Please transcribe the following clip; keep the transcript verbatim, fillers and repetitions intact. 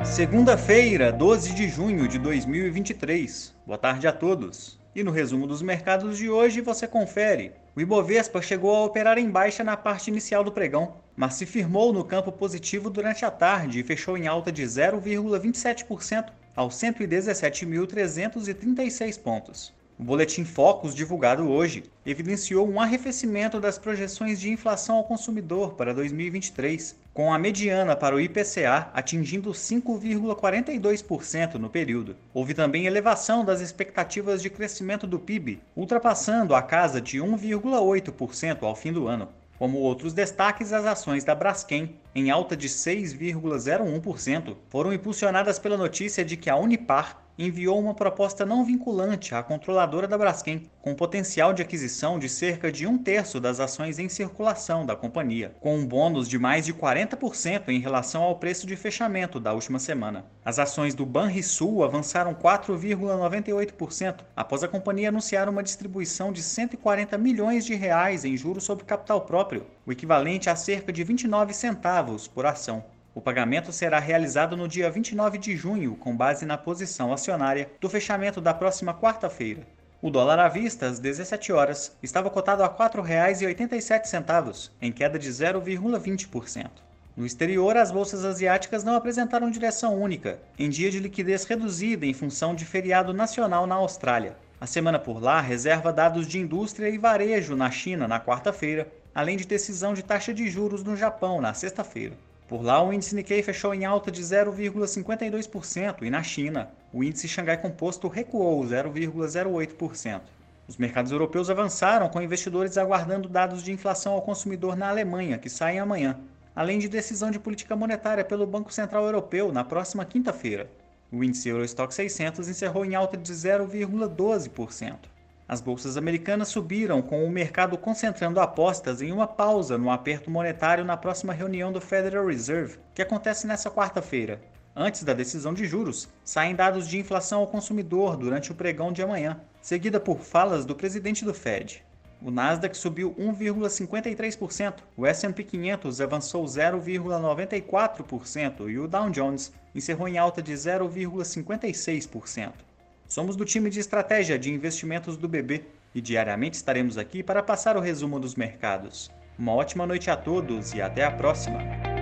Segunda-feira, doze de junho de dois mil e vinte e três. Boa tarde a todos. E no resumo dos mercados de hoje você confere. O Ibovespa chegou a operar em baixa na parte inicial do pregão, mas se firmou no campo positivo durante a tarde e fechou em alta de zero vírgula vinte e sete por cento aos cento e dezessete mil trezentos e trinta e seis pontos. O boletim Focus, divulgado hoje, evidenciou um arrefecimento das projeções de inflação ao consumidor para dois mil e vinte e três, com a mediana para o I P C A atingindo cinco vírgula quarenta e dois por cento no período. Houve também elevação das expectativas de crescimento do P I B, ultrapassando a casa de um vírgula oito por cento ao fim do ano. Como outros destaques, as ações da Braskem, em alta de seis vírgula zero um por cento, foram impulsionadas pela notícia de que a Unipar enviou uma proposta não vinculante à controladora da Braskem, com potencial de aquisição de cerca de um terço das ações em circulação da companhia, com um bônus de mais de quarenta por cento em relação ao preço de fechamento da última semana. As ações do Banrisul avançaram quatro vírgula noventa e oito por cento após a companhia anunciar uma distribuição de cento e quarenta milhões de reais em juros sobre capital próprio, o equivalente a cerca de vinte e nove centavos por ação. O pagamento será realizado no dia vinte e nove de junho, com base na posição acionária do fechamento da próxima quarta-feira. O dólar à vista, às dezessete horas, estava cotado a quatro reais e oitenta e sete centavos, em queda de zero vírgula vinte por cento. No exterior, as bolsas asiáticas não apresentaram direção única, em dia de liquidez reduzida em função de feriado nacional na Austrália. A semana por lá reserva dados de indústria e varejo na China na quarta-feira, além de decisão de taxa de juros no Japão na sexta-feira. Por lá, o índice Nikkei fechou em alta de zero vírgula cinquenta e dois por cento e na China, o índice Xangai Composto recuou zero vírgula zero oito por cento. Os mercados europeus avançaram, com investidores aguardando dados de inflação ao consumidor na Alemanha, que saem amanhã, além de decisão de política monetária pelo Banco Central Europeu na próxima quinta-feira. O índice Eurostock seiscentos encerrou em alta de zero vírgula doze por cento. As bolsas americanas subiram, com o mercado concentrando apostas em uma pausa no aperto monetário na próxima reunião do Federal Reserve, que acontece nesta quarta-feira. Antes da decisão de juros, saem dados de inflação ao consumidor durante o pregão de amanhã, seguida por falas do presidente do Fed. O Nasdaq subiu um vírgula cinquenta e três por cento, o S e P quinhentos avançou zero vírgula noventa e quatro por cento e o Dow Jones encerrou em alta de zero vírgula cinquenta e seis por cento. Somos do time de estratégia de investimentos do B B e diariamente estaremos aqui para passar o resumo dos mercados. Uma ótima noite a todos e até a próxima!